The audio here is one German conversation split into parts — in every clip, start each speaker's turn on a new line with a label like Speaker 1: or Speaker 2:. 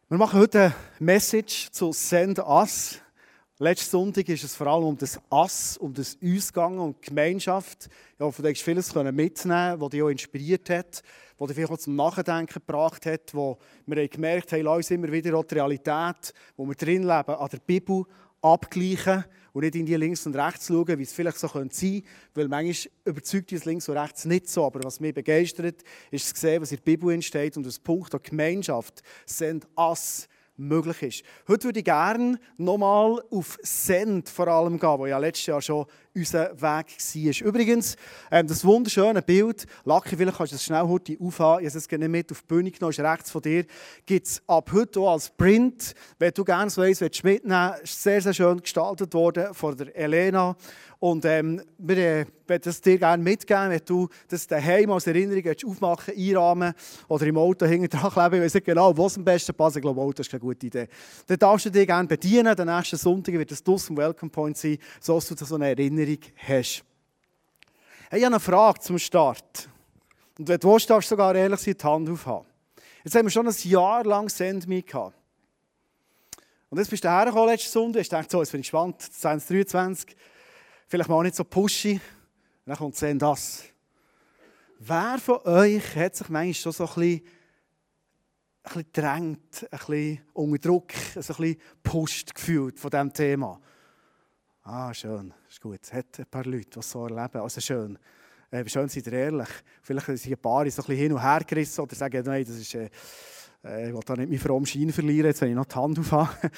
Speaker 1: Wir machen heute eine Message zu Send Us. Letzten Sonntag ist es vor allem um das Us, um das Uns gegangen, um die Gemeinschaft. Ich hoffe, du hast vieles mitnehmen, was dich auch inspiriert hat, was dich vielleicht auch zum Nachdenken gebracht hat, wo wir gemerkt haben, lass uns immer wieder auch die Realität, wo wir drin leben, an der Bibel abgleichen und nicht in die links und rechts schauen, wie es vielleicht so sein könnte. Weil manchmal überzeugt uns links und rechts nicht so. Aber was mich begeistert, ist zu sehen, was in der Bibel entsteht und das Punkt der Gemeinschaft, Send Us, möglich ist. Heute würde ich gerne nochmal auf Send vor allem gehen, wo ja letztes Jahr schon unser Weg war. Übrigens, das wunderschöne Bild, Lucky, vielleicht kannst du es schnell heute aufhaben, ich habe es nicht mit auf die Bühne genommen, ist rechts von dir, gibt es ab heute auch als Print, wenn du gerne so eins mitnehmen willst, ist sehr, sehr schön gestaltet worden von der Elena. Und wir wollen das dir gerne mitgeben, wenn du das daheim als Erinnerung aufmachen, einrahmen oder im Auto hinten dran kleben. Ich weiß nicht genau, was am besten passt. Ich glaube, Auto ist keine gute Idee. Dann darfst du dich gerne bedienen. Den nächsten Sonntag wird es draussen Welcome Point sein, sodass du so eine Erinnerung hast. Hey, ich habe eine Frage zum Start. Und wenn du willst, darfst du sogar ehrlich sein, die Hand aufhaben. Jetzt haben wir schon ein Jahr lang Send Me gehabt. Und jetzt bist du hergekommen letzten Sonntag. Ich dachte, so, jetzt bin ich gespannt, 2023. Vielleicht mal nicht so pushy. Dann kommt Send Us. Wer von euch hat sich manchmal schon so ein bisschen gedrängt, ein bisschen unter Druck, ein bisschen gepusht gefühlt von diesem Thema? Ah, schön, ist gut. Es hat ein paar Leute, die es so erleben. Also schön. Schön, seid ihr ehrlich. Vielleicht sind ein paar so ein bisschen hin und her gerissen oder sagen, nein, das ist, ich will da nicht meinen frommen Schein verlieren, jetzt wenn ich noch die Hand aufhabe.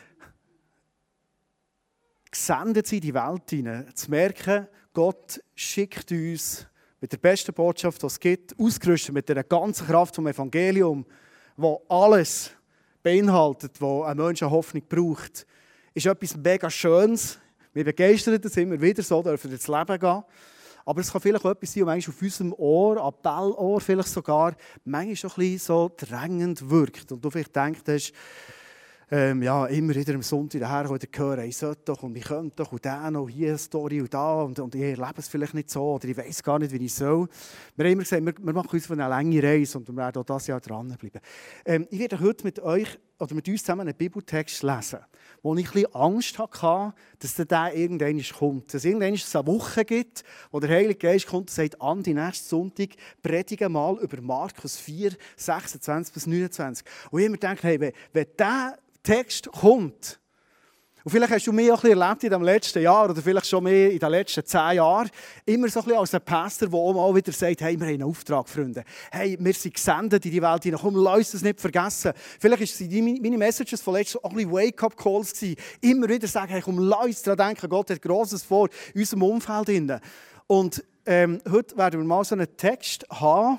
Speaker 1: Gesendet in die Welt hinein, zu merken, Gott schickt uns mit der besten Botschaft, die es gibt, ausgerüstet mit der ganzen Kraft vom Evangelium, wo alles beinhaltet, was ein Mensch eine Hoffnung braucht, ist etwas mega Schönes. Wir begeistern das immer wieder, so dürfen wir ins Leben gehen. Aber es kann vielleicht auch etwas sein, was manchmal auf unserem Ohr, Appellohr vielleicht sogar, manchmal schon ein bisschen so drängend wirkt. Und du vielleicht denkst, immer wieder am Sonntag daher hören, ich sollte doch und ich könnte doch und der noch hier eine Story und da und ich erlebe es vielleicht nicht so oder ich weiß gar nicht, wie ich soll. Wir haben immer gesagt, wir machen uns eine lange Reise und wir werden auch dieses Jahr dranbleiben. Ich werde heute mit euch oder mit uns zusammen einen Bibeltext lesen, wo ich ein bisschen Angst hatte, dass der irgendwann kommt. Dass es irgendwann eine Woche gibt, wo der Heilige Geist kommt und sagt, Andi, nächsten Sonntag predige mal über Markus 4, 26 bis 29. Und ich immer denke, hey, wenn der Text kommt, und vielleicht hast du mich auch ein bisschen erlebt in dem letzten Jahr oder vielleicht schon mehr in den letzten 10 Jahren, immer so ein bisschen als ein Pastor, der auch mal wieder sagt, hey, wir haben einen Auftrag, Freunde. Hey, wir sind gesendet in die Welt hinein. Komm, lass uns das nicht vergessen. Vielleicht waren meine Messages von letztem auch ein bisschen Wake-up-Calls gewesen. Immer wieder sagen, hey, komm, lass uns daran denken, Gott hat Grosses vor in unserem Umfeld hinein. Und heute werden wir mal so einen Text haben,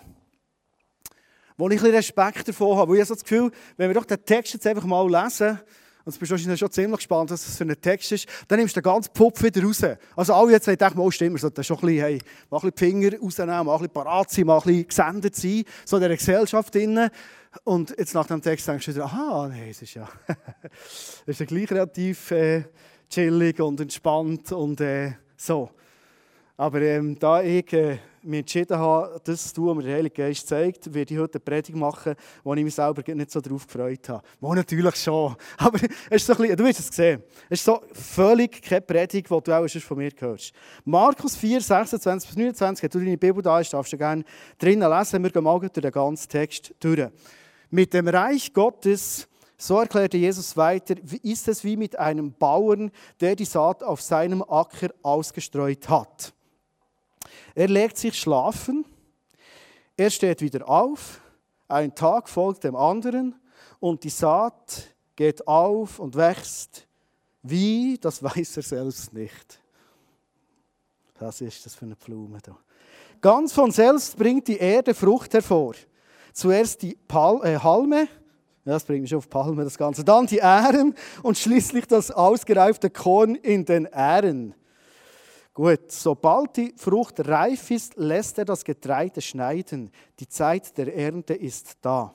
Speaker 1: wo ich ein bisschen Respekt davon habe. Weil ich habe so das Gefühl, wenn wir doch den Text jetzt einfach mal lesen, und jetzt bist du wahrscheinlich schon ziemlich gespannt, was das für ein Text ist, dann nimmst du den ganzen Pupf wieder raus. Also alle jetzt denken, oh stimmt, wir sollten schon ein bisschen, hey, mal ein bisschen die Finger rausnehmen, mal ein bisschen parat sein, mal ein bisschen gesendet sein, so in dieser Gesellschaft drin. Und jetzt nach dem Text denkst du wieder, aha, nein, es ist ja es ist ja gleich relativ chillig und entspannt und so. Aber da ich mich entschieden habe, das zu tun, was mir der Heilige Geist zeigt, werde ich heute eine Predigt machen, wo ich mich selber nicht so darauf gefreut habe. Wo natürlich schon. Aber es ist so ein bisschen, du wirst es sehen. Es ist so völlig keine Predigt, die du auch von mir hörst. Markus 4, 26 bis 29, wenn du deine Bibel da hast, darfst du gerne drinnen lesen. Wir gehen mal durch den ganzen Text durch. Mit dem Reich Gottes, so erklärte Jesus weiter, ist es wie mit einem Bauern, der die Saat auf seinem Acker ausgestreut hat. Er legt sich schlafen, er steht wieder auf, ein Tag folgt dem anderen und die Saat geht auf und wächst. Wie, das weiß er selbst nicht. Was ist das für eine Blume da? Ganz von selbst bringt die Erde Frucht hervor. Zuerst die Halme, ja, das bringt mich schon auf Palme das Ganze, dann die Ähren und schließlich das ausgereifte Korn in den Ähren. Gut, sobald die Frucht reif ist, lässt er das Getreide schneiden. Die Zeit der Ernte ist da.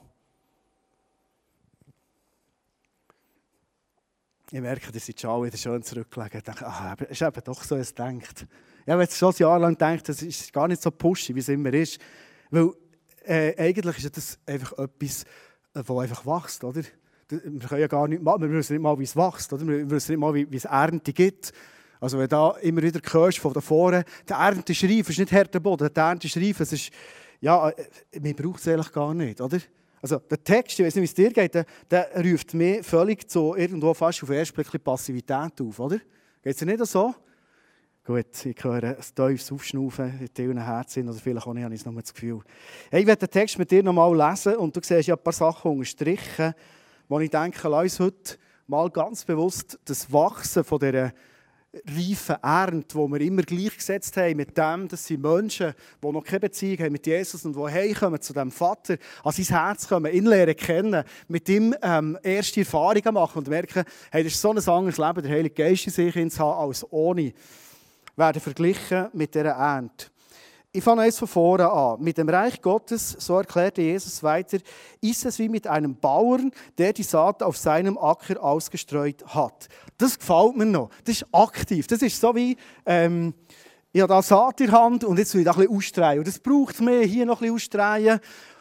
Speaker 1: Ich merke, dass ich schon wieder schön zurückgelegen und denke, es ist eben doch so, wie es denkt. Ich habe jetzt schon ein Jahr lang gedacht, das ist gar nicht so pushy, wie es immer ist. Weil eigentlich ist das einfach etwas, das einfach wächst, oder? wir können ja gar nicht machen, wir wissen nicht mal, wie es wächst, oder? Wir wissen nicht mal, wie es Ernte gibt. Also wenn da immer wieder hörst von da vorne, der Ernteschreif ist nicht harter Boden, der Ernteschreif, es ist, ja, man braucht es eigentlich gar nicht, oder? Also der Text, ich weiß nicht, wie es dir geht, der ruft mich völlig zu irgendwo fast auf den ersten Blick Passivität auf, oder? Geht es dir nicht so? Gut, ich höre ein tiefes Aufschnaufen in deinen Herzen, oder vielleicht auch nicht, habe ich nur das Gefühl. Hey, ich werde den Text mit dir nochmal lesen und du siehst ja ein paar Sachen unterstrichen, wo ich denke, lass uns heute mal ganz bewusst das Wachsen von dieser reifen Ernte, die wir immer gleichgesetzt haben mit dem, dass sie Menschen, die noch keine Beziehung haben mit Jesus und die heimkommen zu dem Vater, an sein Herz kommen, ihn lernen kennen, mit ihm erste Erfahrungen machen und merken, hey, das ist so ein anderes Leben, der Heilige Geist in sich zu haben, als ohne, werden verglichen mit dieser Ernte. Ich fange eins von vorne an. Mit dem Reich Gottes, so erklärte Jesus weiter, ist es wie mit einem Bauern, der die Saat auf seinem Acker ausgestreut hat. Das gefällt mir noch. Das ist aktiv. Das ist so wie, ich habe da Saat in der Hand und jetzt will ich da ein bisschen ausstreuen. Und das braucht mehr, hier noch ein bisschen ausstreuen.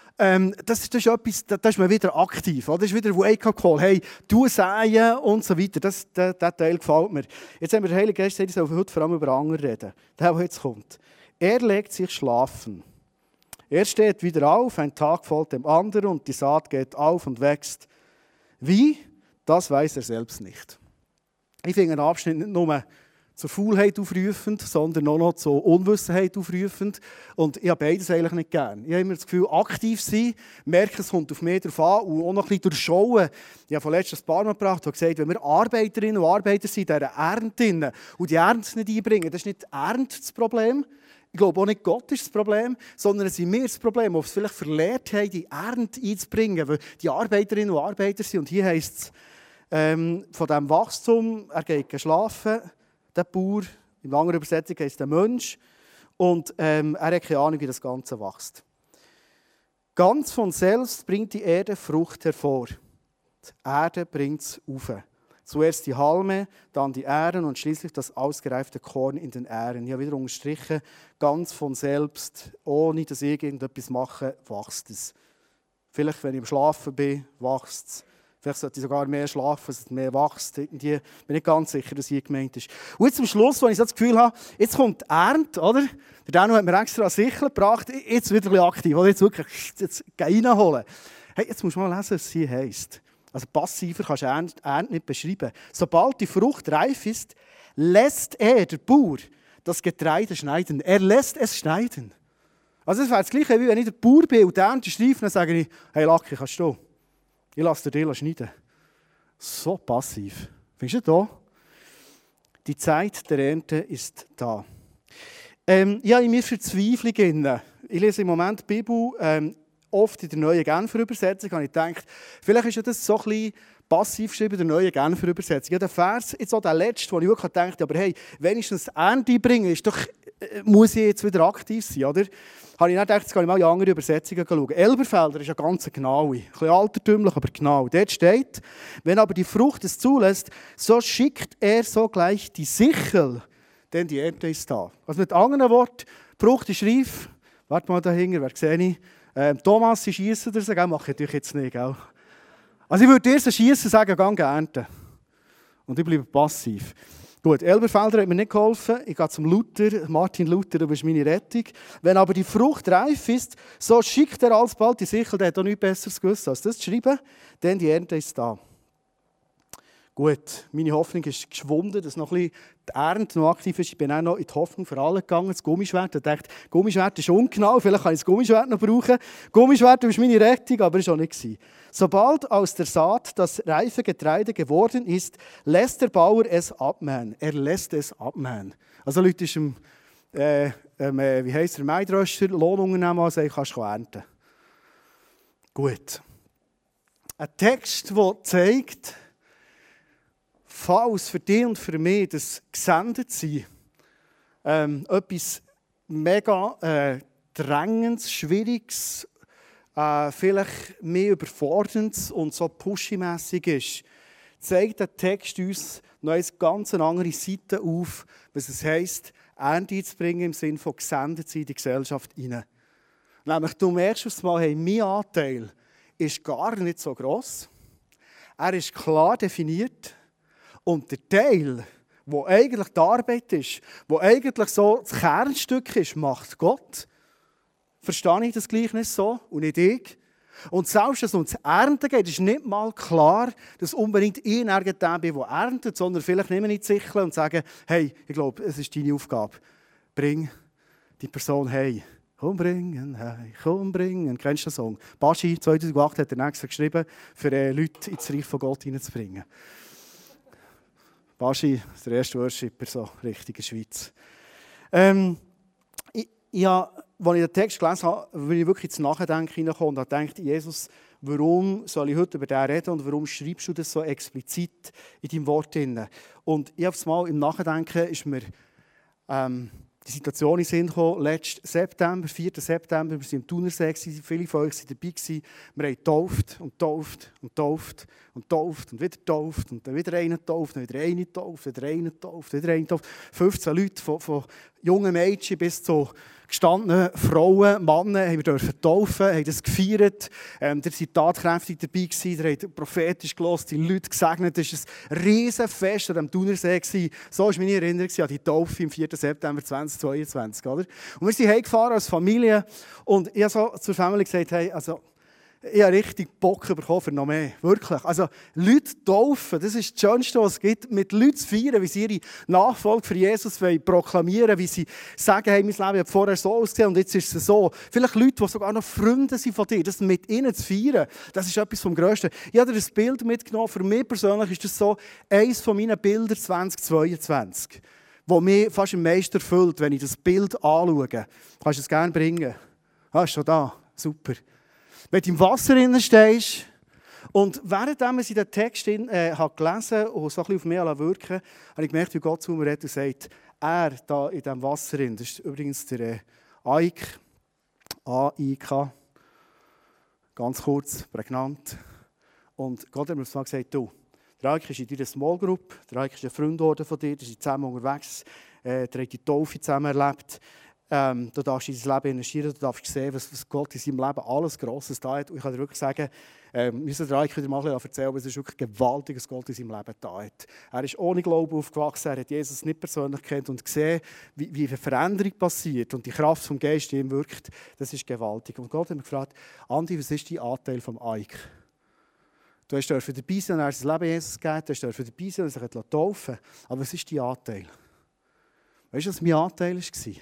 Speaker 1: Das ist etwas, da ist man wieder aktiv. Oder? Das ist wieder ein Wake-up-Call. Hey, du säen und so weiter. Der Teil gefällt mir. Jetzt haben wir den Heiligen Geist gesagt, ich soll heute vor allem über andere reden. Der jetzt kommt. Er legt sich schlafen. Er steht wieder auf, ein Tag folgt dem anderen und die Saat geht auf und wächst. Wie? Das weiß er selbst nicht. Ich finde den Abschnitt nicht nur zur Faulheit aufrufend, sondern auch noch zur Unwissenheit aufrufend. Und ich habe beides eigentlich nicht gern. Ich habe immer das Gefühl, aktiv sein, merken, es kommt auf mich drauf an und auch noch ein bisschen durchschauen. Ich habe vorletzt ein paar Mal gebracht und gesagt, wenn wir Arbeiterinnen und Arbeiter sind, in dieser Ernte und die Ernte nicht einbringen, das ist nicht die Ernte das Problem. Ich glaube auch nicht Gott ist das Problem, sondern es sind wir das Problem, ob wir es vielleicht verlehrt haben, die Ernte einzubringen, weil die Arbeiterinnen und Arbeiter sind. Und hier heisst es von diesem Wachstum, er geht schlafen, der Bauer, in langer Übersetzung heisst der Mensch, und er hat keine Ahnung, wie das Ganze wächst. Ganz von selbst bringt die Erde Frucht hervor. Die Erde bringt es auf. Zuerst die Halme, dann die Ähren und schließlich das ausgereifte Korn in den Ähren. Ich habe wieder unterstrichen, ganz von selbst, ohne dass ich irgendetwas mache, wächst es. Vielleicht, wenn ich am Schlafen bin, wächst es. Vielleicht sollte ich sogar mehr schlafen, dass es mehr wächst. Irgendwie bin ich ganz sicher, dass hier gemeint ist. Und jetzt zum Schluss, wenn ich so das Gefühl habe, jetzt kommt die Ernte, oder? Der Daniel hat mir extra eine Sichel gebracht, jetzt wieder ein bisschen aktiv, oder? Jetzt wirklich jetzt reinholen. Hey, jetzt musst du mal lesen, was sie heisst. Also passiver kannst du Ernte nicht beschreiben. Sobald die Frucht reif ist, lässt er, der Bauer, das Getreide schneiden. Er lässt es schneiden. Also es wäre das Gleiche, wie wenn ich der Bauer bin und die Ernte schreife, dann sage ich, hey Lucky, kannst du? Ich lasse dir schneiden. So passiv. Findest du da? Die Zeit der Ernte ist da. Ja, in mir Verzweiflung. Ich lese im Moment die Bibel, oft in der neuen Genfer Übersetzung, habe ich gedacht, vielleicht ist ja das so ein bisschen passiv geschrieben in der neuen Genfer Übersetzung. Ja, der Vers, jetzt auch der letzte, wo ich wirklich dachte, aber hey, wenigstens Ernte einbringen, ist doch, muss ich jetzt wieder aktiv sein, oder? Habe ich dann gedacht, jetzt kann ich mal in andere Übersetzungen schauen. Elberfelder ist ja ganz genau, ein bisschen altertümlich, aber genau. Dort steht, wenn aber die Frucht es zulässt, so schickt er sogleich die Sichel, denn die Ernte ist da. Also mit anderen Worten, die Frucht ist reif. Warte mal dahinter, wer sehe ich? Thomas, Sie schiessen dir, das mache ich natürlich jetzt nicht. Gell? Also ich würde dir so schiessen, sagen, geh ernten. Und ich bleibe passiv. Gut, Elberfelder hat mir nicht geholfen. Ich gehe zum Luther. Martin Luther, du bist meine Rettung. Wenn aber die Frucht reif ist, so schickt er alsbald die Sichel. Der hat auch nichts Besseres gewusst, als das zu schreiben, denn die Ernte ist da. Gut, meine Hoffnung ist geschwunden, dass noch ein bisschen die Ernte noch aktiv ist. Ich bin auch noch in die Hoffnung für alle gegangen, das Gummischwert. Ich dachte, Gummischwert ist ungenau, vielleicht kann ich das Gummischwert noch brauchen. Gummischwert war meine Rettung, aber das war auch nicht. Sobald aus der Saat das reife Getreide geworden ist, lässt der Bauer es abmähen. Er lässt es abmähen. Also Leute, ist wie heisst der Maidröscher, Lohnunternehmer, und sagt, kannst du ernten. Gut. Ein Text, der zeigt, falls für dich und für mich das gesendet sein etwas mega Drängendes, Schwieriges, vielleicht mehr Überforderndes und so pushy-mässig ist, zeigt der Text uns noch eine ganz andere Seite auf, was es heisst, Ernte einzubringen im Sinne von gesendet sein in die Gesellschaft hinein. Nämlich, du merkst aufs Mal, hey, mein Anteil ist gar nicht so gross. Er ist klar definiert. Und der Teil, wo eigentlich die Arbeit ist, wo eigentlich so das Kernstück ist, macht Gott. Verstehe ich das Gleichnis so und nicht ich? Und selbst, wenn es um das Ernten geht, ist nicht mal klar, dass unbedingt ich der bin, der erntet, sondern vielleicht nehme ich die Sichel und sage, hey, ich glaube, es ist deine Aufgabe. Bring die Person hey. Komm bringen, hey, komm bringen. Kennst du den Song? Baschi, 2008 hat er extra geschrieben, für Leute ins Reich von Gott hineinzubringen. Baschi ist der erste Worshipper, so richtig in der Schweiz. Als ich den Text gelesen habe, bin ich wirklich ins Nachdenken hineingekommen und habe gedacht, Jesus, warum soll ich heute über den reden und warum schreibst du das so explizit in deinem Wort drin? Und ich habe es mal im Nachdenken, ist mir die Situation in den Sinn gekommen, letzten September, 4. September, wir waren im Thunersee, viele von euch waren dabei, wir haben getauft und getauft und getauft und getauft und wieder getauft und dann wieder einen getauft, dann wieder einen getauft, wieder einen getauft, wieder einen getauft. 15 Leute, von jungen Mädchen bis zu gestandenen Frauen, Männer, haben wir taufen, haben das gefeiert. Ihr seid tatkräftig dabei gewesen, ihr habt prophetisch gehört, die Leute gesegnet. Es war ein Riesenfest an dem Thunersee. So war meine Erinnerung an die Taufe am 4. September 2022. Oder? Und wir sind heimgefahren als Familie und ich habe so zur Familie gesagt, hey, also, ich habe richtig Bock bekommen für noch mehr. Wirklich. Also, Leute taufen, das ist das Schönste, was es gibt. Mit Leuten zu feiern, wie sie ihre Nachfolge für Jesus proklamieren wollen, wie sie sagen, hey, mein Leben hat vorher so ausgesehen und jetzt ist es so. Vielleicht Leute, die sogar noch Freunde sind von dir, das mit ihnen zu feiern, das ist etwas vom Grössten. Ich habe dir ein Bild mitgenommen. Für mich persönlich ist das so eines von meinen Bildern 2022, das mich fast am meisten erfüllt, wenn ich das Bild anschaue. Kannst du es gerne bringen? Ah, ist schon da. Super. Wenn du im Wasser stehst und währenddem ich den Text habe gelesen und so ein bisschen auf mich wirken lassen, habe ich gemerkt, wie Gott zu mir redet und sagt, er da in diesem Wasser, das ist übrigens der AIK, ganz kurz, prägnant. Und Gott hat mir gesagt, du, der AIK ist in deiner Small Group, der AIK ist ein Freund von dir, ihr seid zusammen unterwegs, ihr habt die Taufe zusammen erlebt. Du darfst in dein Leben investieren, du darfst sehen, was Gott in seinem Leben alles Grosses da hat. Und ich kann dir wirklich sagen, wir müssen dir eigentlich wieder mal erzählen, aber es ist wirklich gewaltig, was Gott in seinem Leben da hat. Er ist ohne Glauben aufgewachsen, er hat Jesus nicht persönlich kennt und gesehen, wie eine Veränderung passiert und die Kraft vom Geist in ihm wirkt. Das ist gewaltig. Und Gott hat mich gefragt, Andi, was ist dein Anteil vom AIK? Du hast dabei sein, und er sein Leben Jesus gegeben, du hast dabei sein, und er sich taufen lassen. Aber was ist dein Anteil? Weißt du, was mein Anteil war?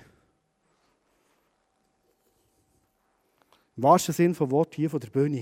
Speaker 1: Im wahrsten Sinne von Wort hier von der Bühne.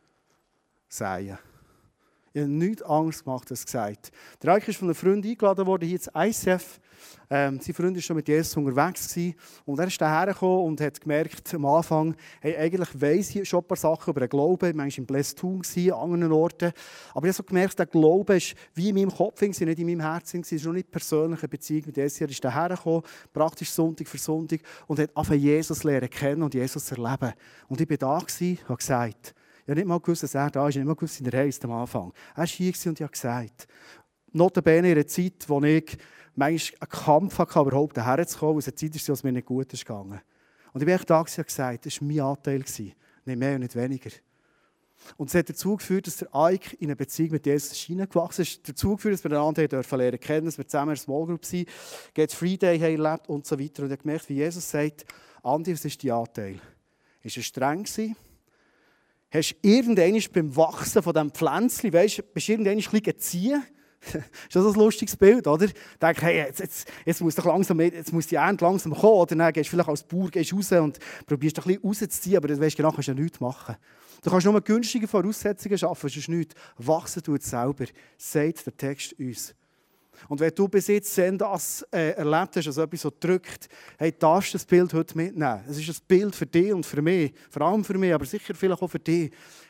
Speaker 1: Säen. Ich habe nichts anderes gemacht als gesagt. Der Eik ist von einem Freund eingeladen worden, hier ins ICF. Sein Freund war schon mit Jesus unterwegs gewesen. Und er ist hierher gekommen und hat gemerkt, am Anfang, hey, eigentlich weiss ich schon ein paar Sachen über den Glauben. Ich war manchmal in Blästun, an anderen Orten. Aber ich habe so gemerkt, der Glaube ist wie in meinem Kopf, nicht in meinem Herzen. Es ist noch nicht persönliche Beziehung mit Jesus. Er ist hierher gekommen, praktisch Sonntag für Sonntag, und hat angefangen, Jesus lernen kennen und Jesus erleben. Und ich war da und habe gesagt, ich habe nicht mal gewusst, dass er da ist, ich habe nicht mal gewusst, dass er heisst am Anfang. Er war hier und ich habe gesagt, notabene in einer Zeit, wo ich manchmal einen Kampf hatte, überhaupt hierher zu kommen, weil es eine Zeit war, als mir nicht gut ist gegangen. Und ich bin da und habe gesagt, das war mein Anteil, nicht mehr und nicht weniger. Und es hat dazu geführt, dass der Eik in eine Beziehung mit Jesus hineingewachsen ist. Es hat dazu geführt, dass wir einander lernen kennen, dass wir zusammen in einer Small Group sind, Get Free Day haben erlebt und so weiter. Und ich habe gemerkt, wie Jesus sagt, Andi, was ist dein Anteil? Ist er streng gewesen? Hast du irgendwann beim Wachsen von diesem Pflänzchen, bist du irgendwann ein bisschen geziehen? Das ist das ein lustiges Bild, oder? Denk, hey, jetzt muss die Ernte langsam kommen, oder dann gehst du vielleicht als Bauer raus und probierst ein bisschen rauszuziehen, aber du weißt genau, kannst du ja nichts machen. Du kannst nur günstige Voraussetzungen schaffen, sonst nichts. Wachsen tut es selber, sagt der Text uns. Und wenn du bis jetzt das erlebt hast, also etwas so drückt, hey, darfst du das Bild heute mitnehmen. Es ist ein Bild für dich und für mich, vor allem für mich, aber sicher vielleicht auch für dich.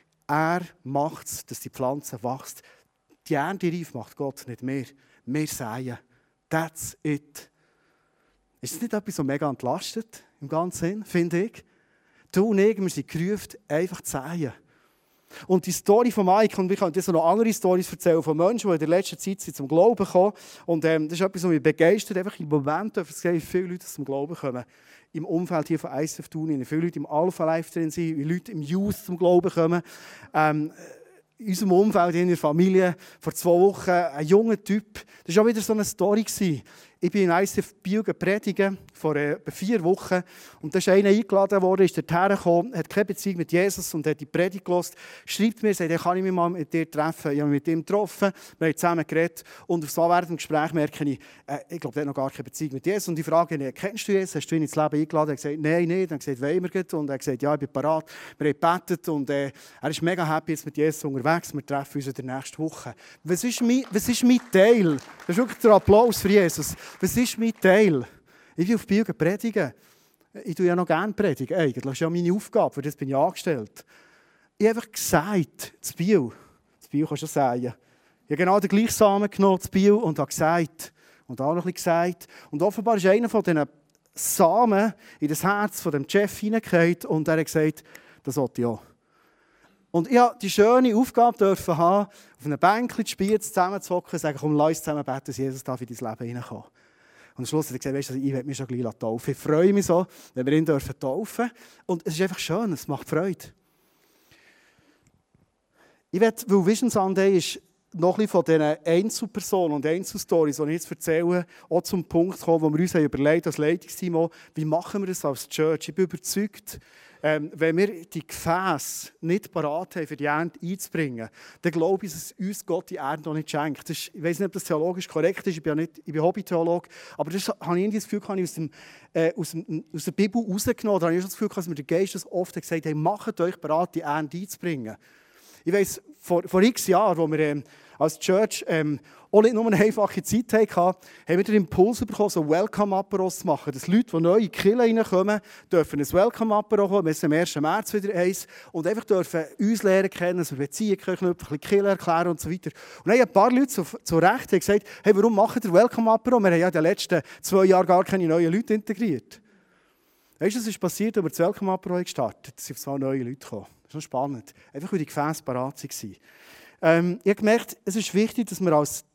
Speaker 1: Er macht es, dass die Pflanze wächst. Die Ernte reif macht Gott nicht mehr. Wir säen. That's it. Ist das nicht etwas, was mega entlastet, im ganzen Sinn, finde ich? Du und ich, wir sind gerufen, einfach zu säen. Und die Story von Mike, und ich kann dir noch andere Storys erzählen von Menschen, die in der letzten Zeit zum Glauben kommen. Und das ist etwas, was mich begeistert, einfach im Moment, dass viele Leute zum Glauben kommen. Im Umfeld hier von ICF Thun, viele Leute im Alpha Life drin sind, wie Leute im Youth zum Glauben kommen. in unserem Umfeld, in der Familie, vor 2 Wochen, ein junger Typ. Das war auch wieder so eine Story. Ich bin in ICF Biel predigen, vor etwa 4 Wochen. Und da ist einer eingeladen worden, ist dorthin gekommen, hat keine Beziehung mit Jesus und hat die Predigt gehört. Schreibt mir, sagt, kann ich mich mal mit dir treffen? Ich habe mich mit ihm getroffen, wir haben zusammen geredet. Und so während dem Gespräch merke ich glaube, der hat noch gar keine Beziehung mit Jesus. Und ich frage ihn, kennst du Jesus? Hast du ihn ins Leben eingeladen? Er hat gesagt, nein, nicht. Dann hat er gesagt, wollen wir gehen? Und er hat gesagt, ja, ich bin parat. Wir haben gebetet und er ist mega happy jetzt mit Jesus unterwegs. Wir treffen uns in der nächsten Woche. Was ist mein Teil? Das ist wirklich der Applaus für Jesus. Was ist mein Teil? Ich bin auf Biel predigen. Ich tue ja noch gerne predigen. Eigentlich. Das ist ja meine Aufgabe, für das bin ich angestellt. Ich habe einfach gesagt, zu Biel kannst du sagen. Ich habe genau den gleichen Samen genommen, zu Biel, und habe gesagt. Und auch noch ein bisschen gesagt. Und offenbar ist einer von diesen Samen in das Herz von dem Chef hineingefallen und er hat gesagt, das wollte ich auch. Und ich durfte die schöne Aufgabe haben, auf einer Bänkchen Spiez zusammenzuhocken und sagen, komm, lass uns zusammen beten, dass Jesus in dein Leben hineinkommt. Und am Schluss hat er gesagt, weißt du, ich werde mich schon gleich taufen. Ich freue mich so, wenn wir ihn taufen dürfen. Und es ist einfach schön, es macht Freude. Ich will, weil Vision Sunday ist noch ein bisschen von diesen Einzelpersonen und Einzelstories, die ich jetzt erzähle, auch zum Punkt kommen, wo wir uns überlegt als Leitungsteam auch, wie machen wir das als Church? Ich bin überzeugt, wenn wir die Gefäße nicht parat haben, für die Ernte einzubringen, dann glaube ich, dass uns Gott die Ernte noch nicht schenkt. Ich weiß nicht, ob das theologisch korrekt ist, ich bin Hobbytheologe, aber das habe ich das Gefühl, habe ich aus der Bibel rausgenommen. Da habe ich das Gefühl, dass mir der Geist das oft gesagt hat, hey, macht euch parat, die Ernte einzubringen. Ich weiss, vor x Jahren, als wir als Church auch nicht nur eine einfache Zeit hatten, haben wir den Impuls bekommen, so Welcome-Aperos zu machen. Dass Leute, die neu in die Kirche reinkommen, dürfen ein Welcome-Apero haben. Wir sind am 1. März wieder eins. Und einfach dürfen uns lernen kennen, also Beziehungen knüpfen, ein bisschen Kirche erklären und so weiter. Und dann haben ein paar Leute zu Recht gesagt, hey, warum macht ihr Welcome-Apero? Wir haben ja in den letzten 2 Jahren gar keine neuen Leute integriert. Weißt du, was ist passiert, als wir das Welcome-Apero gestartet haben? Es sind 2 neue Leute gekommen. Das ist noch spannend. Einfach, weil die Gefäße parat waren. Ich habe gemerkt, es ist wichtig, dass wir als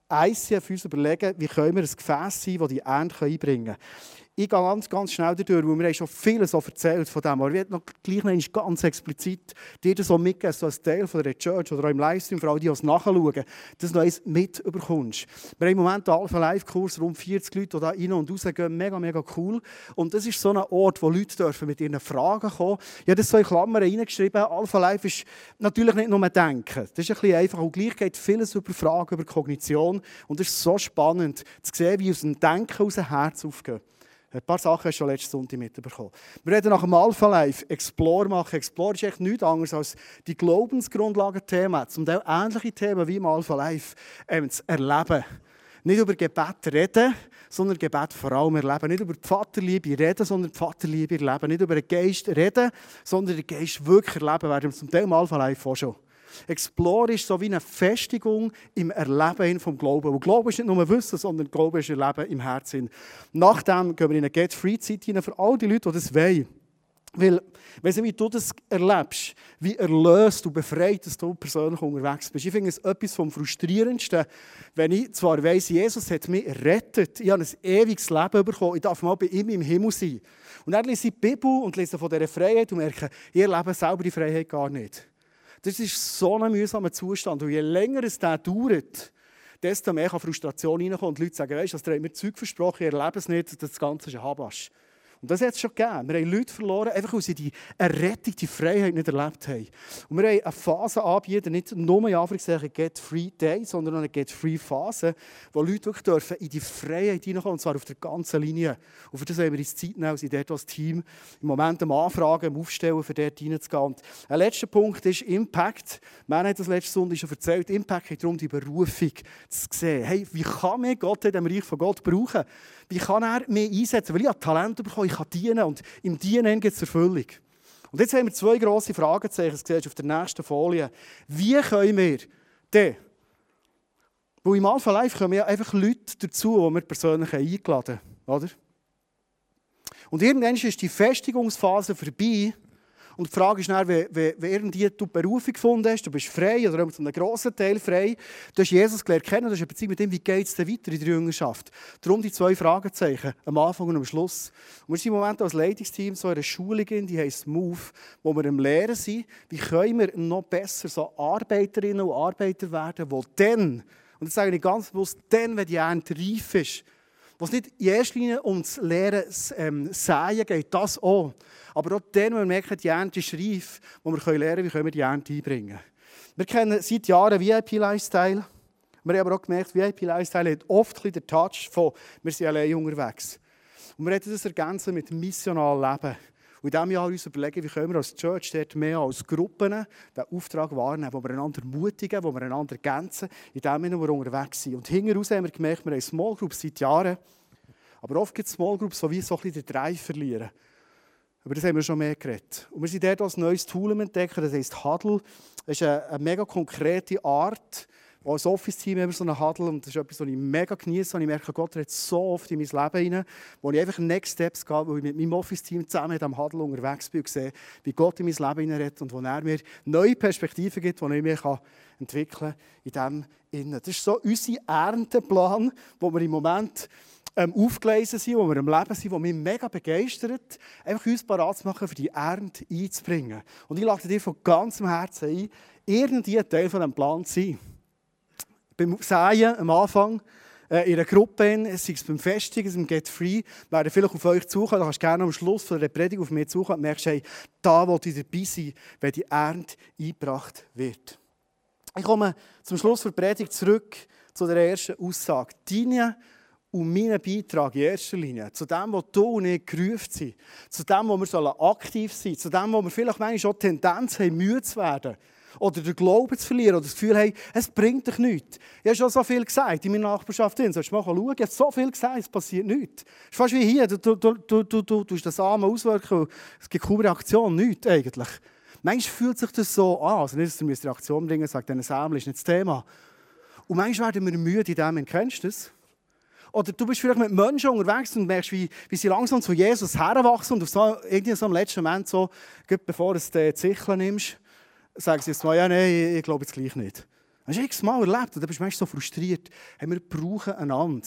Speaker 1: ICF uns überlegen, wie können wir ein Gefäß sein, das die Ernte einbringen kann. Ich gehe ganz schnell durch, weil wir haben schon vieles erzählt von dem, aber ich werde noch gleich noch ganz explizit dir das so mitgeben, so als Teil von der Church oder auch im Livestream, für alle, die es nachschauen, dass du noch eins mitbekommst. Wir haben im Moment einen Alpha-Live-Kurs, rund 40 Leute, die da rein und raus gehen, mega, mega cool. Und das ist so ein Ort, wo Leute dürfen mit ihren Fragen kommen. Ich habe das so in Klammern reingeschrieben, Alpha-Live ist natürlich nicht nur Denken. Das ist ein bisschen einfach, und gleich geht vieles über Fragen, über Kognition. Und es ist so spannend zu sehen, wie aus dem Denken aus dem Herz aufgeht. Ein paar Sachen hast du schon letzten Sonntag mitbekommen. Wir reden nach dem Alpha Life Explore machen. Explore ist echt nichts anderes als die Glaubensgrundlagen-Themen, zum Teil ähnliche Themen wie im Alpha Life, zu erleben. Nicht über Gebet reden, sondern Gebet vor allem erleben. Nicht über die Vaterliebe reden, sondern die Vaterliebe erleben. Nicht über den Geist reden, sondern den Geist wirklich erleben. Werden wir zum Teil im Alpha Life auch schon. Explore ist so wie eine Festigung im Erleben vom Glauben. Und Glauben ist nicht nur Wissen, sondern Glauben ist Erleben im Herzen. Nachdem gehen wir in eine Get-Free-Zeit hinein für all die Leute, die das wollen. Weil, weißt du, wie du das erlebst, wie erlöst und befreit, dass du persönlich unterwegs bist. Ich finde es etwas vom Frustrierendsten, wenn ich zwar weiss, Jesus hat mich errettet, ich habe ein ewiges Leben bekommen, ich darf mal bei ihm im Himmel sein. Und dann lese ich die Bibel und lese von dieser Freiheit und merke, ich erlebe selber die Freiheit gar nicht. Das ist so ein mühsamer Zustand. Und je länger es dauert, desto mehr kann Frustration reinkommen. Und die Leute sagen, weißt du, der hat mir Zeug versprochen, ich erlebe es nicht, das Ganze ist ein Habasch. Und das hat es schon gegeben. Wir haben Leute verloren, einfach weil sie die Errettung, die Freiheit nicht erlebt haben. Und wir haben eine Phase anbieten, nicht nur in Anführungszeichen Get Free Day, sondern eine Get Free Phase, wo Leute wirklich dürfen in die Freiheit hineinkommen, und zwar auf der ganzen Linie. Und für das haben wir uns Zeit genommen, sind dort als Team im Moment am Anfragen, am Aufstellen, für dort hineinzugehen. Und ein letzter Punkt ist Impact. Man hat das letzte Sonntag schon erzählt. Impact geht darum, die Berufung zu sehen. Hey, wie kann mir Gott in dem Reich von Gott brauchen? Wie kann er mich einsetzen? Weil ich habe Talente bekommen, ich kann dienen und im Dienen gibt es Erfüllung. Und jetzt haben wir 2 grosse Fragezeichen, das siehst du auf der nächsten Folie. Wie können wir denn, weil im Alpha Life kommen ja einfach Leute dazu, die wir persönlich eingeladen haben, oder? Und irgendwann ist die Festigungsphase vorbei Und die Frage ist dann, wenn irgendwie du die Berufung gefunden hast, du bist frei oder zu einem grossen Teil frei, du hast Jesus gelernt kennen, du hast eine Beziehung mit ihm, wie geht es denn weiter in der Jüngerschaft? Darum die 2 Fragezeichen, am Anfang und am Schluss. Und wir sind im Moment als Leitungsteam so in einer Schulung, die heisst MOVE, wo wir am Lehren sind, wie können wir noch besser so Arbeiterinnen und Arbeiter werden, die dann, und das sage ich ganz bewusst, dann, wenn die Ernte reif ist, wo es nicht in erster Linie ums Lehren Säen geht, das auch. Aber auch dann, wenn wir merken, die Ernte ist reif, wo wir lernen können, wie können wir die Ernte einbringen. Wir kennen seit Jahren VIP-Lifestyle. Wir haben aber auch gemerkt, VIP-Lifestyle hat oft den Touch von «wir sind allein unterwegs». Und wir hätten das ergänzen mit missional Leben. Und in diesem Jahr uns überlegen, wie können wir als Church dort mehr als Gruppen den Auftrag wahrnehmen, wo wir einander ermutigen, wo wir einander ergänzen, in dem, wo wir unterwegs sind. Und hinten raus haben wir gemerkt, wir haben Small Groups seit Jahren. Aber oft gibt es Small Groups, die so ein bisschen den Drive verlieren. Über das haben wir schon mehr geredet. Und wir sind dort als neues Tool entdecken, das heisst Huddle. Das ist eine mega konkrete Art. Als Office-Team haben wir so einen Huddle und das ist etwas, was ich mega genieße. Und ich merke, Gott redet so oft in mein Leben hinein, wo ich einfach Next Steps gehe, wo ich mit meinem Office-Team zusammen in diesem Huddle unterwegs bin und sehe, wie Gott in mein Leben hineinredet und wo er mir neue Perspektiven gibt, die ich mir entwickeln kann in dem Innen. Das ist so unser Ernteplan, wo wir im Moment aufgelesen sind, wo wir am Leben sind, wo mich mega begeistert, einfach uns parat zu machen, für die Ernte einzubringen. Und ich lade dir von ganzem Herzen ein, irgendwie ein Teil von diesem Plan zu sein. Beim Säen am Anfang, in einer Gruppe, sei es beim Festigen, im Get Free, werden vielleicht auf euch zukommen, da kannst du gerne am Schluss von der Predigt auf mich zukommen und merkst, hey, da will ich dabei sein, wenn die Ernte eingebracht wird. Ich komme zum Schluss der Predigt zurück zu der ersten Aussage. Deine und meinen Beitrag in erster Linie zu dem, was du und ich gerufen sind, zu dem, wo wir aktiv sein sollen, zu dem, wo wir vielleicht manchmal auch die Tendenz haben, müde zu werden oder den Glauben zu verlieren oder das Gefühl haben, es bringt dich nichts. Ich habe schon so viel gesagt in meiner Nachbarschaft. Sollst du mal schauen? Ich habe so viel gesagt, es passiert nichts. Es ist fast wie hier, du tust das Samen auswirken, es gibt kaum Reaktion, nichts eigentlich. Manchmal fühlt sich das so an, also nicht, dass du Reaktion bringen musst, sagt, dieser Samen ist nicht das Thema. Und manchmal werden wir müde in dem, kennst du das? Oder du bist vielleicht mit Menschen unterwegs und merkst, wie sie langsam zu Jesus herwachsen und irgendwie so im letzten Moment, so, bevor du die Sichel nimmst, sagst du jetzt mal, ja, nein, ich glaube jetzt gleich nicht. Hast du x-mal erlebt und dann bist du manchmal so frustriert. Hey, wir brauchen einander.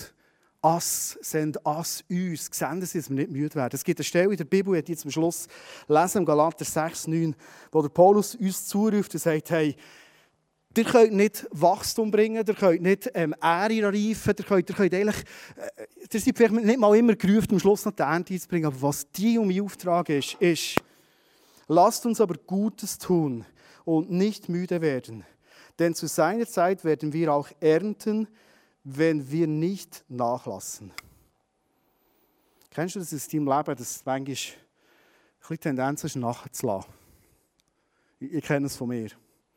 Speaker 1: Send uns, senden sie, dass wir nicht müde werden. Es gibt eine Stelle in der Bibel, die zum Schluss lesen, im Galater 6,9, wo der Paulus uns zuruft und sagt, hey, ihr könnt nicht Wachstum bringen, ihr könnt nicht Ehre reifen, ihr könnt eigentlich, ihr seid vielleicht nicht mal immer gerufen, am Schluss noch die Ernte einzubringen, aber was die und mein Auftrag ist, lasst uns aber Gutes tun und nicht müde werden, denn zu seiner Zeit werden wir auch ernten, wenn wir nicht nachlassen. Kennst du das in deinem Leben, dass es manchmal ein bisschen Tendenz ist, nachzulassen? Ich kenne es von mir.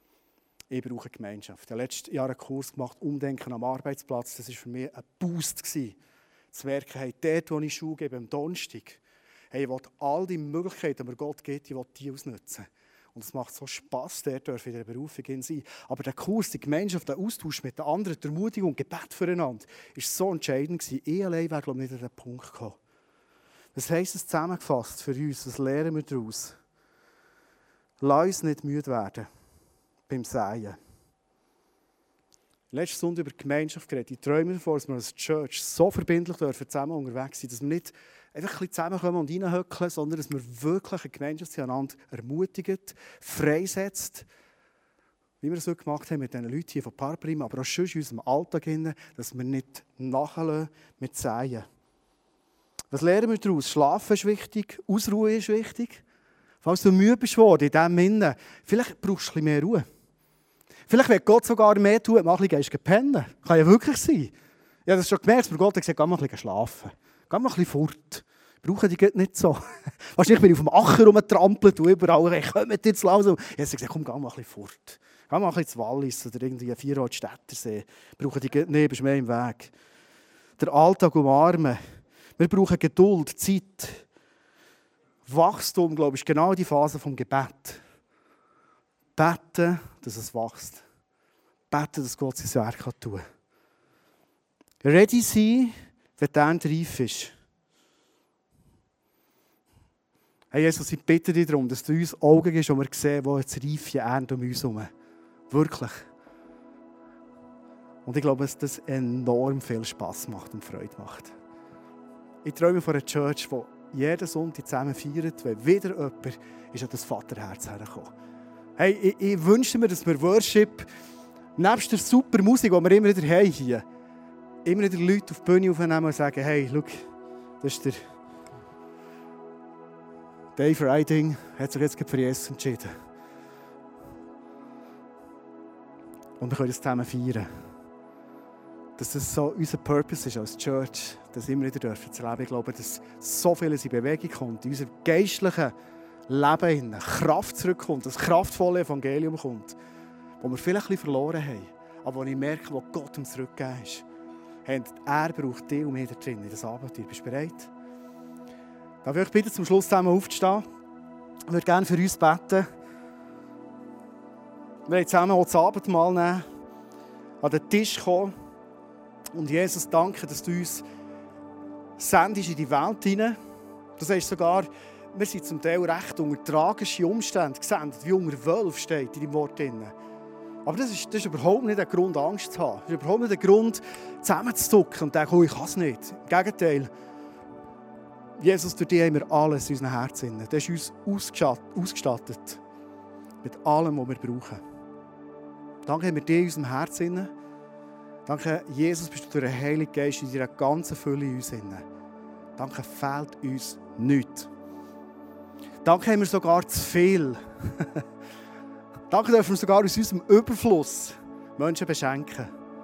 Speaker 1: Ich brauche Gemeinschaft. Ich habe letztes Jahr einen Kurs gemacht, Umdenken am Arbeitsplatz. Das war für mich ein Boost. Zu merken, hey, dort, wo ich Schule gebe, am Donnerstag, hey, ich will all die Möglichkeiten, die mir Gott gibt, ich will die ausnutzen. Und es macht so Spass, dort in dieser Berufung sein. Aber der Kurs, die Gemeinschaft, der Austausch mit den anderen, die Ermutigung, Gebet füreinander, war so entscheidend. Ich allein wäre, glaube ich, nicht an den Punkt gekommen. Was heisst es zusammengefasst für uns? Was lernen wir daraus? Lass uns nicht müde werden beim Säen. Letzte Sonntag über die Gemeinschaft geredet. Ich träume davon, dass wir als Church so verbindlich zusammen unterwegs sind, dass wir nicht einfach ein bisschen zusammenkommen und reinhöckeln, sondern dass wir wirklich eine Gemeinschaft sind, einander ermutigt, freisetzt, wie wir es heute gemacht haben mit diesen Leuten hier von Parprima, aber auch schon in unserem Alltag, dass wir nicht nachlassen mit Säen. Was lernen wir daraus? Schlafen ist wichtig, Ausruhen ist wichtig. Falls du müde bist worden in diesem Innen, vielleicht brauchst du ein bisschen mehr Ruhe. Vielleicht wird Gott sogar mehr tun, mach ein bisschen pennen. Kann ja wirklich sein. Ich habe das schon gemerkt, aber Gott hat gesagt, geh mal ein bisschen schlafen. Geh mal ein bisschen fort. Brauchen die nicht so. Wahrscheinlich bin ich auf dem Acher rumgetrampelt und überall, hey, kommt jetzt langsam. Ich habe gesagt, komm, geh mal ein bisschen fort. Geh mal ein bisschen zu Wallis oder irgendwie 4 Städtersee. Brauchen die nicht, bist mehr im Weg. Der Alltag umarmen. Wir brauchen Geduld, Zeit. Wachstum, glaube ich, ist genau die Phase vom Gebet. Beten, dass es wächst. Beten, dass Gott sein Werk tun kann. Ready sein, wenn die Ernte reif ist. Hey Jesus, ich bitte dich darum, dass du uns Augen gibst, wo wir sehen, wo jetzt reife Ernte um uns herum. Wirklich. Und ich glaube, dass das enorm viel Spass macht und Freude macht. Ich träume von einer Church, die jeden Sonntag zusammen feiert, wenn wieder jemand ist an das Vaterherz hergekommen. Hey, ich wünsche mir, dass wir Worship, nebst der super Musik, die wir immer wieder haben hier, immer wieder Leute auf die Bühne aufnehmen und sagen, hey, schau, das ist der Dave Riding, hat sich jetzt für Jesus entschieden. Und wir können das zusammen feiern. Dass das so unser Purpose ist als Church, dass wir immer wieder zu leben. Ich glaube, dass so vieles in Bewegung kommt, in unserem geistlichen Leben Kraft zurückkommt, das kraftvolle Evangelium kommt, das wir vielleicht ein bisschen verloren haben, aber wo ich merke, wo Gott uns zurückgegeben ist. Er braucht dich und mich da drin in das Abenteuer. Bist du bereit? Darf ich euch bitten, zum Schluss zusammen aufzustehen? Ich würde gerne für uns beten. Wir wollen zusammen auch das Abendmahl nehmen, an den Tisch kommen und Jesus danken, dass du uns sendest in die Welt hinein. Du sagst sogar, wir sind zum Teil recht unter tragischen Umständen gesendet, wie unter Wölfen steht in deinem Wort drin. Aber das ist überhaupt nicht ein Grund, Angst zu haben. Das ist überhaupt nicht ein Grund, zusammenzuzucken und zu denken, oh, ich kann es nicht. Im Gegenteil. Jesus, durch dich haben wir alles in unseren Herzen. Du hast uns ausgestattet mit allem, was wir brauchen. Danke haben wir dich in unserem Herzen. Danke, Jesus, bist du durch den Heiligen Geist in deiner ganzen Fülle in uns. Danke, fehlt uns nichts. Danke haben wir sogar zu viel. Danke dürfen wir sogar aus unserem Überfluss Menschen beschenken.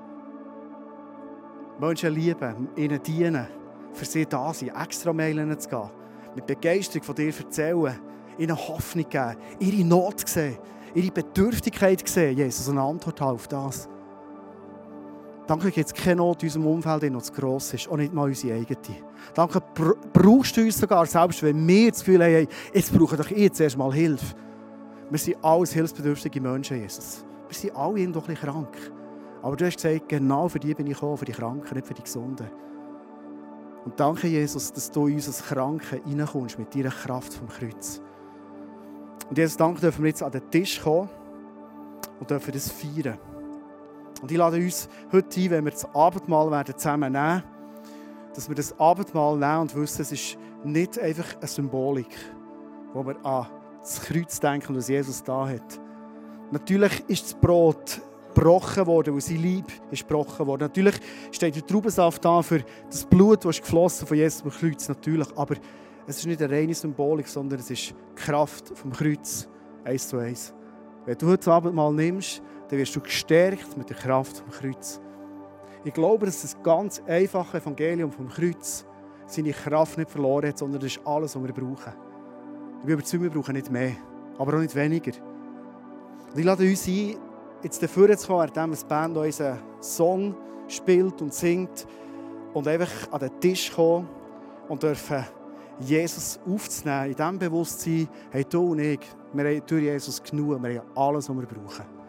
Speaker 1: Menschen lieben, ihnen dienen, für sie da sein, extra Meilen zu gehen, mit Begeisterung von dir erzählen, ihnen Hoffnung geben, ihre Not sehen, ihre Bedürftigkeit sehen, Jesus, eine Antwort haben auf das. Danke, gibt es keine Not in unserem Umfeld, die noch zu gross ist, auch nicht mal unsere eigene. Danke, brauchst du uns sogar, selbst wenn wir das Gefühl haben, hey, jetzt brauche doch ich zuerst mal Hilfe. Wir sind alles hilfsbedürftige Menschen, Jesus. Wir sind alle irgendwo ein bisschen krank. Aber du hast gesagt, genau für die bin ich gekommen, für die Kranken, nicht für die Gesunden. Und danke, Jesus, dass du in unser Kranken reinkommst mit deiner Kraft vom Kreuz. Und Jesus, danke, dürfen wir jetzt an den Tisch kommen und dürfen das feiern. Und ich lade uns heute ein, wenn wir das Abendmahl werden zusammen nehmen, dass wir das Abendmahl nehmen und wissen, es ist nicht einfach eine Symbolik, wo wir an das Kreuz denken und was Jesus da hat. Natürlich ist das Brot gebrochen worden, weil sein Leib ist gebrochen worden. Natürlich steht der Traubensaft da für das Blut, das ist geflossen von Jesus am Kreuz, natürlich. Aber es ist nicht eine reine Symbolik, sondern es ist die Kraft vom Kreuz, 1:1. Wenn du heute das Abendmahl nimmst, dann wirst du gestärkt mit der Kraft vom Kreuz. Ich glaube, dass das ganz einfache Evangelium vom Kreuz seine Kraft nicht verloren hat, sondern das ist alles, was wir brauchen. Ich bin überzeugt, wir brauchen nicht mehr, aber auch nicht weniger. Und ich lade uns ein, jetzt dafür zu kommen, während das Band unseren Song spielt und singt und einfach an den Tisch kommen und dürfen Jesus aufzunehmen, in diesem Bewusstsein, hey, du und ich, wir haben durch Jesus genug, wir haben alles, was wir brauchen.